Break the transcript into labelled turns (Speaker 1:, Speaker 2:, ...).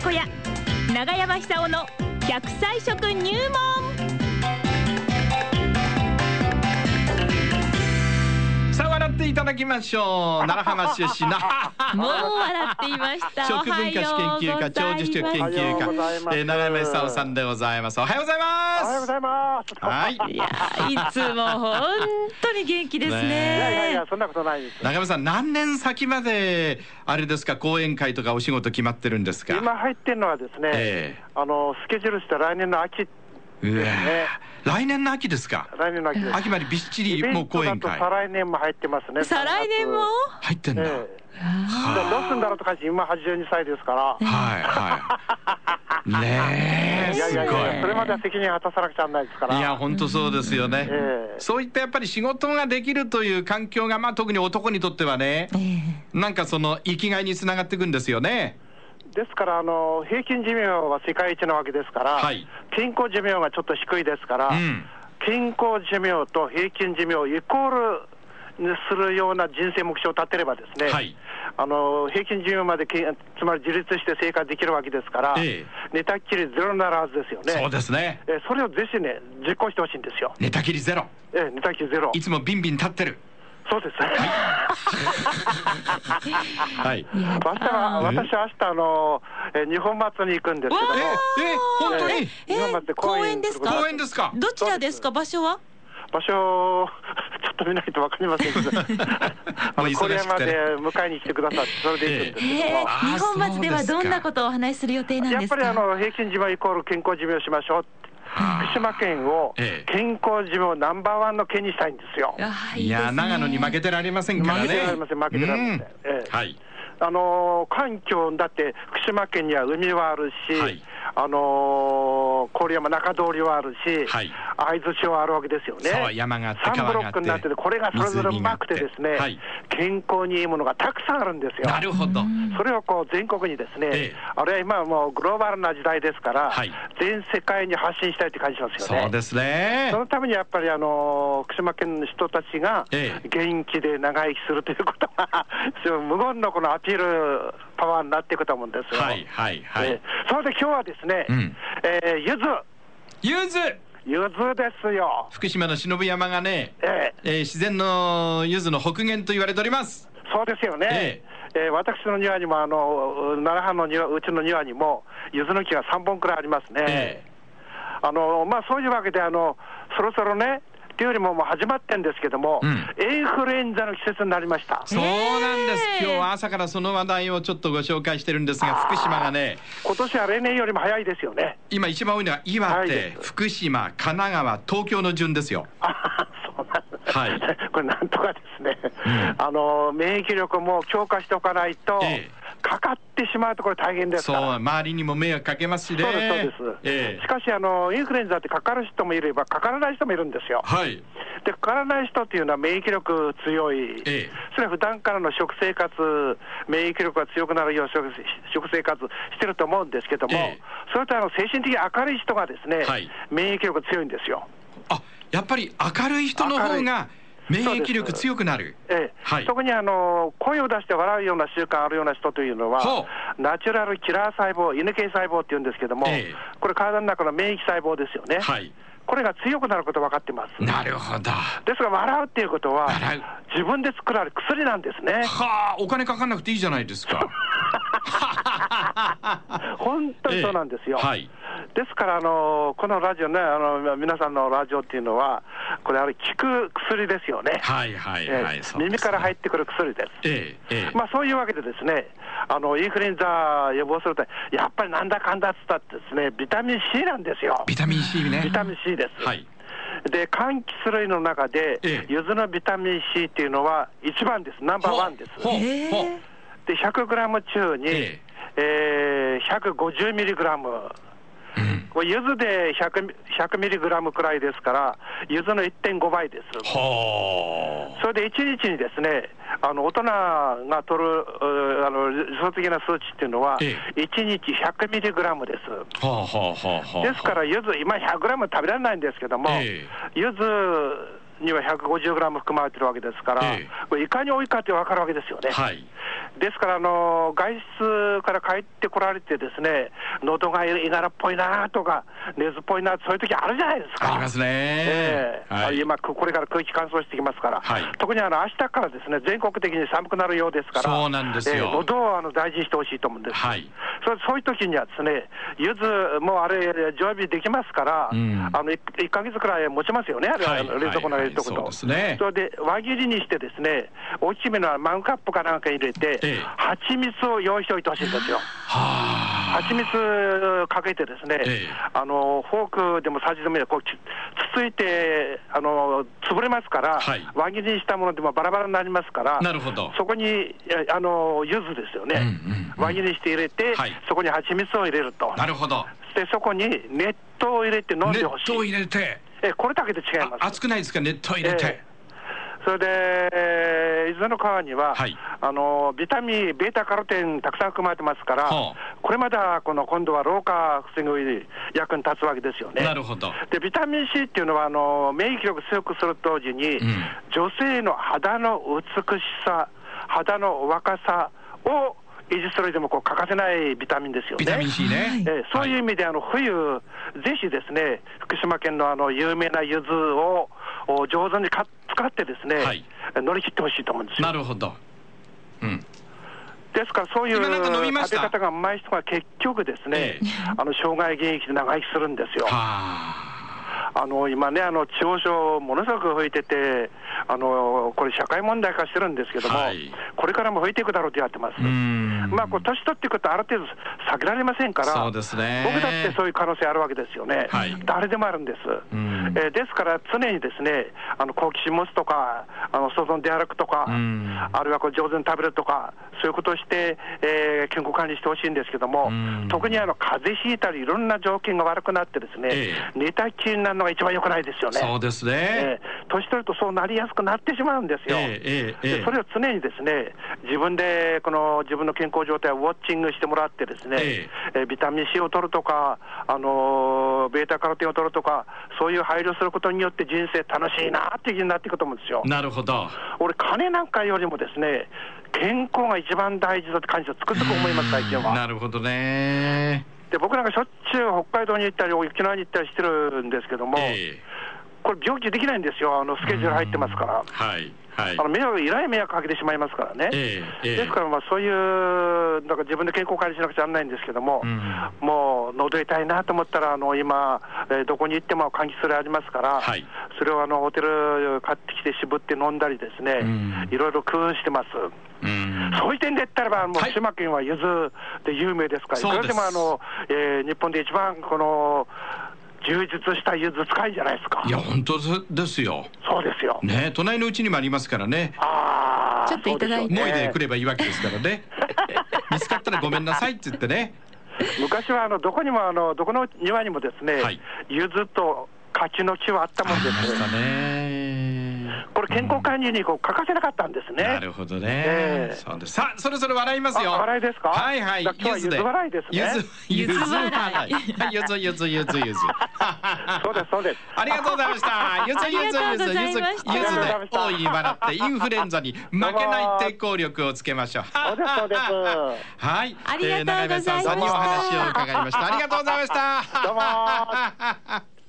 Speaker 1: 小屋、長山久夫の100歳食入門。
Speaker 2: さあ笑っていただきましょう。奈良浜出身の
Speaker 1: もう笑っていました。
Speaker 2: 食文化史研究家、長寿食研究家、長山久夫さんでございます。おはようございます。
Speaker 3: おはようございます。
Speaker 2: はい。
Speaker 1: いや、いつも本当に元気ですね。
Speaker 3: いやそんなことないです。
Speaker 2: 長山さん、何年先まであれですか、講演会とかお仕事決まってるんですか。
Speaker 3: 今入ってるのはですね、スケジュールした来年の秋ですね。
Speaker 2: 来年の秋ですか。
Speaker 3: 来年の秋です。
Speaker 2: 秋までびっちりもう講演会。
Speaker 3: 再来年も入ってますね。
Speaker 1: 再来年も
Speaker 2: 入ってんだ。
Speaker 3: どうすんだろうとか今82歳ですから。
Speaker 2: はいはいねえ、すごい。
Speaker 3: それまでは責任果たさなくちゃならないですから。
Speaker 2: いや本当そうですよね。そういったやっぱり仕事ができるという環境が、まあ特に男にとってはね、なんかその生きがいにつながっていくんですよね。
Speaker 3: ですから平均寿命は世界一なわけですから、健康寿命がちょっと低いですから、健康寿命と平均寿命をイコールにするような人生目標を立てればですね、平均寿命までつまり自立して生活できるわけですから、寝たきりゼロになるはずですよね。
Speaker 2: そうですね。
Speaker 3: それをぜひね実行してほしいんですよ。
Speaker 2: 寝たきりゼロ。
Speaker 3: 寝たきりゼロ。
Speaker 2: いつもビンビン立ってる。
Speaker 3: そうです。
Speaker 2: はい。
Speaker 3: 私は明日日本祭りに行くんですけども。
Speaker 2: 本当に？
Speaker 1: 日本祭り公園ですか？
Speaker 2: 公園ですか？
Speaker 1: どちらですか？場所は？
Speaker 3: 場所ちょっと見ないとわかりませんけど。これまで迎えに来てくださってそれで行くんですけども。
Speaker 1: 日本祭りではどんなことをお話しする予定なんですか？
Speaker 3: やっぱり平均寿命イコール健康寿命をしましょう。福島県を健康寿命ナンバーワンの県にしたいんですよ。
Speaker 2: いや長野に負けてられませんからね。
Speaker 3: 負けてられません、負けてられません。環境だって福島県には海はあるし、郡山中通りはあるし、会津市はあるわけですよね。
Speaker 2: そう、山があって川があって、
Speaker 3: 3ブロックになってて、これがそれぞれうまくてですね、健康にいいものがたくさんあるんですよ。
Speaker 2: なるほど。
Speaker 3: それをこう全国にですね、あれは今はもうグローバルな時代ですから、全世界に発信したいって感じしますよね。
Speaker 2: そうですね。
Speaker 3: そのためにやっぱり福島県の人たちが元気で長生きするということが無言のこのアピールパワーになっていくと思うんですよ。それで今日はですね、ゆずですよ。
Speaker 2: 福島の忍山がね、自然の柚子の北限と言われております。
Speaker 3: そうですよね。私の庭にも奈良藩の庭、うちの庭にも柚子の木が3本くらいありますね。そういうわけでそろそろねというよりももう始まってんですけども、インフルエンザの季節になりました。
Speaker 2: そうなんです。今日は朝からその話題をちょっとご紹介してるんですが、福島がね、
Speaker 3: 今年は例年よりも早いですよね。
Speaker 2: 今一番多いのは岩手、福島、神奈川、東京の順ですよ。
Speaker 3: そうなんです。これなんとかですね、免疫力も強化しておかないと、かかってしまうとこれ大変ですから。
Speaker 2: そう、周りにも迷惑かけますしね。
Speaker 3: そうです。しかしインフルエンザってかかる人もいればかからない人もいるんですよ。でかからない人っていうのは免疫力強い、それは普段からの食生活、免疫力が強くなるような食生活してると思うんですけども、それと精神的に明るい人がですね、免疫力強いんですよ。
Speaker 2: やっぱり明るい人の方が免疫力強くなる。
Speaker 3: 特に声を出して笑うような習慣あるような人というのは、ナチュラルキラー細胞、犬系細胞っていうんですけども、これ体の中の免疫細胞ですよね。これが強くなること分かってます。
Speaker 2: なるほど。
Speaker 3: ですが笑うっていうことは自分で作られる薬なんですね。
Speaker 2: お金かかんなくていいじゃないですか。
Speaker 3: 本当にそうなんですよ。ですからこのラジオね、皆さんのラジオっていうのはこれ効く薬ですよね。耳から入ってくる薬です。そういうわけでですね、インフルエンザ予防するとやっぱりなんだかんだっつったってですね、ビタミン C なんですよ。
Speaker 2: ビタミン C ね。
Speaker 3: ビタミン C です。で柑橘類の中で柚子のビタミン C っていうのは一番です。ナンバーワンです。で 100g 中に150ミリグラム、柚子で100ミリグラムくらいですから、柚子の 1.5 倍です。それで1日にですね、大人が取る理想的な数値っていうのは、1日100ミリグラムです。ですから柚子、今100グラム食べられないんですけども、柚子には150グラム含まれてるわけですから、これいかに多いかって分かるわけですよね。 ですから外出から帰ってこられてですね、喉がいがらっぽいなとか熱っぽいな、そういう時あるじゃないですか。
Speaker 2: ありますね、
Speaker 3: 今これから空気乾燥してきますから、
Speaker 2: はい、
Speaker 3: 特に明日からですね、全国的に寒くなるようですから、
Speaker 2: そうなんですよ、
Speaker 3: 喉を大事にしてほしいと思うんです、
Speaker 2: はい、
Speaker 3: そういう時にはですね、柚子もあれ常備できますから、1ヶ月くらい持ちますよね、あれは冷蔵庫の入れとくと。それで輪切りにしてですね、大きめのマグカップかなんか入れて、蜂蜜を用意しておいてほしいんですよ。蜂蜜かけてですね、フォークでもさじでもこうつついて潰れますから、輪切りにしたものでもバラバラになりますから、
Speaker 2: なるほど、
Speaker 3: そこに柚子ですよね、輪切りにして入れて、そこに蜂蜜を入れると。
Speaker 2: なるほど。
Speaker 3: でそこに熱湯を入れて飲んでほしい。
Speaker 2: 熱湯を入れて、
Speaker 3: これだけで違います。
Speaker 2: 熱くないですか、熱湯入れて。
Speaker 3: それで伊豆の川には、ビタミン、ベータカロテンたくさん含まれてますから、これまた今度は老化防ぐ役に立つわけですよね。
Speaker 2: なるほど。
Speaker 3: でビタミン C っていうのは免疫力強くすると同時に、女性の肌の美しさ、肌の若さを維持するでも欠かせないビタミンですよね。
Speaker 2: ビタミン C ね。
Speaker 3: そういう意味で冬、ぜひですね、福島県の有名な柚子を上手に使ってですね、乗り切ってほしいと思うんですよ。
Speaker 2: なるほど。
Speaker 3: ですからそういう食べ方がうまい人が結局ですね、生涯現役で長生きするんですよ。今ね、地方症ものすごく増えてて、これ社会問題化してるんですけども、これからも増えていくだろうと言われてます。年取っていくとある程度避けられませんから、
Speaker 2: そうですね、
Speaker 3: 僕だってそういう可能性あるわけですよね。誰でもあるんです。ですから常にですね、好奇心持つとか、外に出歩くとか、あるいは上手に食べるとか、そういうことをして、健康管理してほしいんですけども、特に風邪ひいたりいろんな条件が悪くなってですね、寝たきりになるのが一番良くないですよね。
Speaker 2: そうですね、
Speaker 3: 年取るとそうなりやすくなってしまうんですよ。それを常にですね、自分で自分の健康状態をウォッチングしてもらってですね、ビタミン C を取るとか、ベータカロテンを取るとか、そういう配慮することによって人生楽しいなっていう気になっていくと思うんですよ。
Speaker 2: なるほど。
Speaker 3: 俺金なんかよりもですね、健康が一番大事だって感じをつくづく思います、最近は。
Speaker 2: なるほどね。
Speaker 3: で僕なんかしょっちゅう北海道に行ったり沖縄に行ったりしてるんですけども、これ病気できないんですよ、スケジュール入ってますから。依頼迷惑かけてしまいますからね。ですからそういうなんか自分で健康管理しなくちゃならないんですけども、もう喉痛いなと思ったら今、どこに行っても換気するありますから、それをホテル買ってきて絞って飲んだりですね、いろいろ工夫してます。そういう点で言ったらもう福島県は柚子で有名ですから、いくらでも日本で一番充実した柚子使いじゃないですか。
Speaker 2: いや本当ですよ。
Speaker 3: そうですよ
Speaker 2: ね、隣のうちにもありますからね。
Speaker 1: ちょっといただいて
Speaker 2: もいでくればいいわけですからね。見つかったらごめんなさいって言ってね。
Speaker 3: 昔はどこにもどこの庭にもですね、柚子と柿の木はあったもんですね。これ健康管理に欠かせなかったんですね。
Speaker 2: なるほどね。そうです。さあそろそろ笑いますよ。
Speaker 3: 笑いですか。
Speaker 2: はい。
Speaker 3: 今日は柚子笑いですね。
Speaker 2: 柚子笑い。柚子。そうです。ありがとうございました。柚子で大いに笑ってインフルエンザに負けない抵抗力をつけましょう。
Speaker 3: そうです。
Speaker 2: はい。
Speaker 1: ありがとうございました。
Speaker 2: 長部さんにお話を伺いました。ありがとうございました。
Speaker 3: どうも。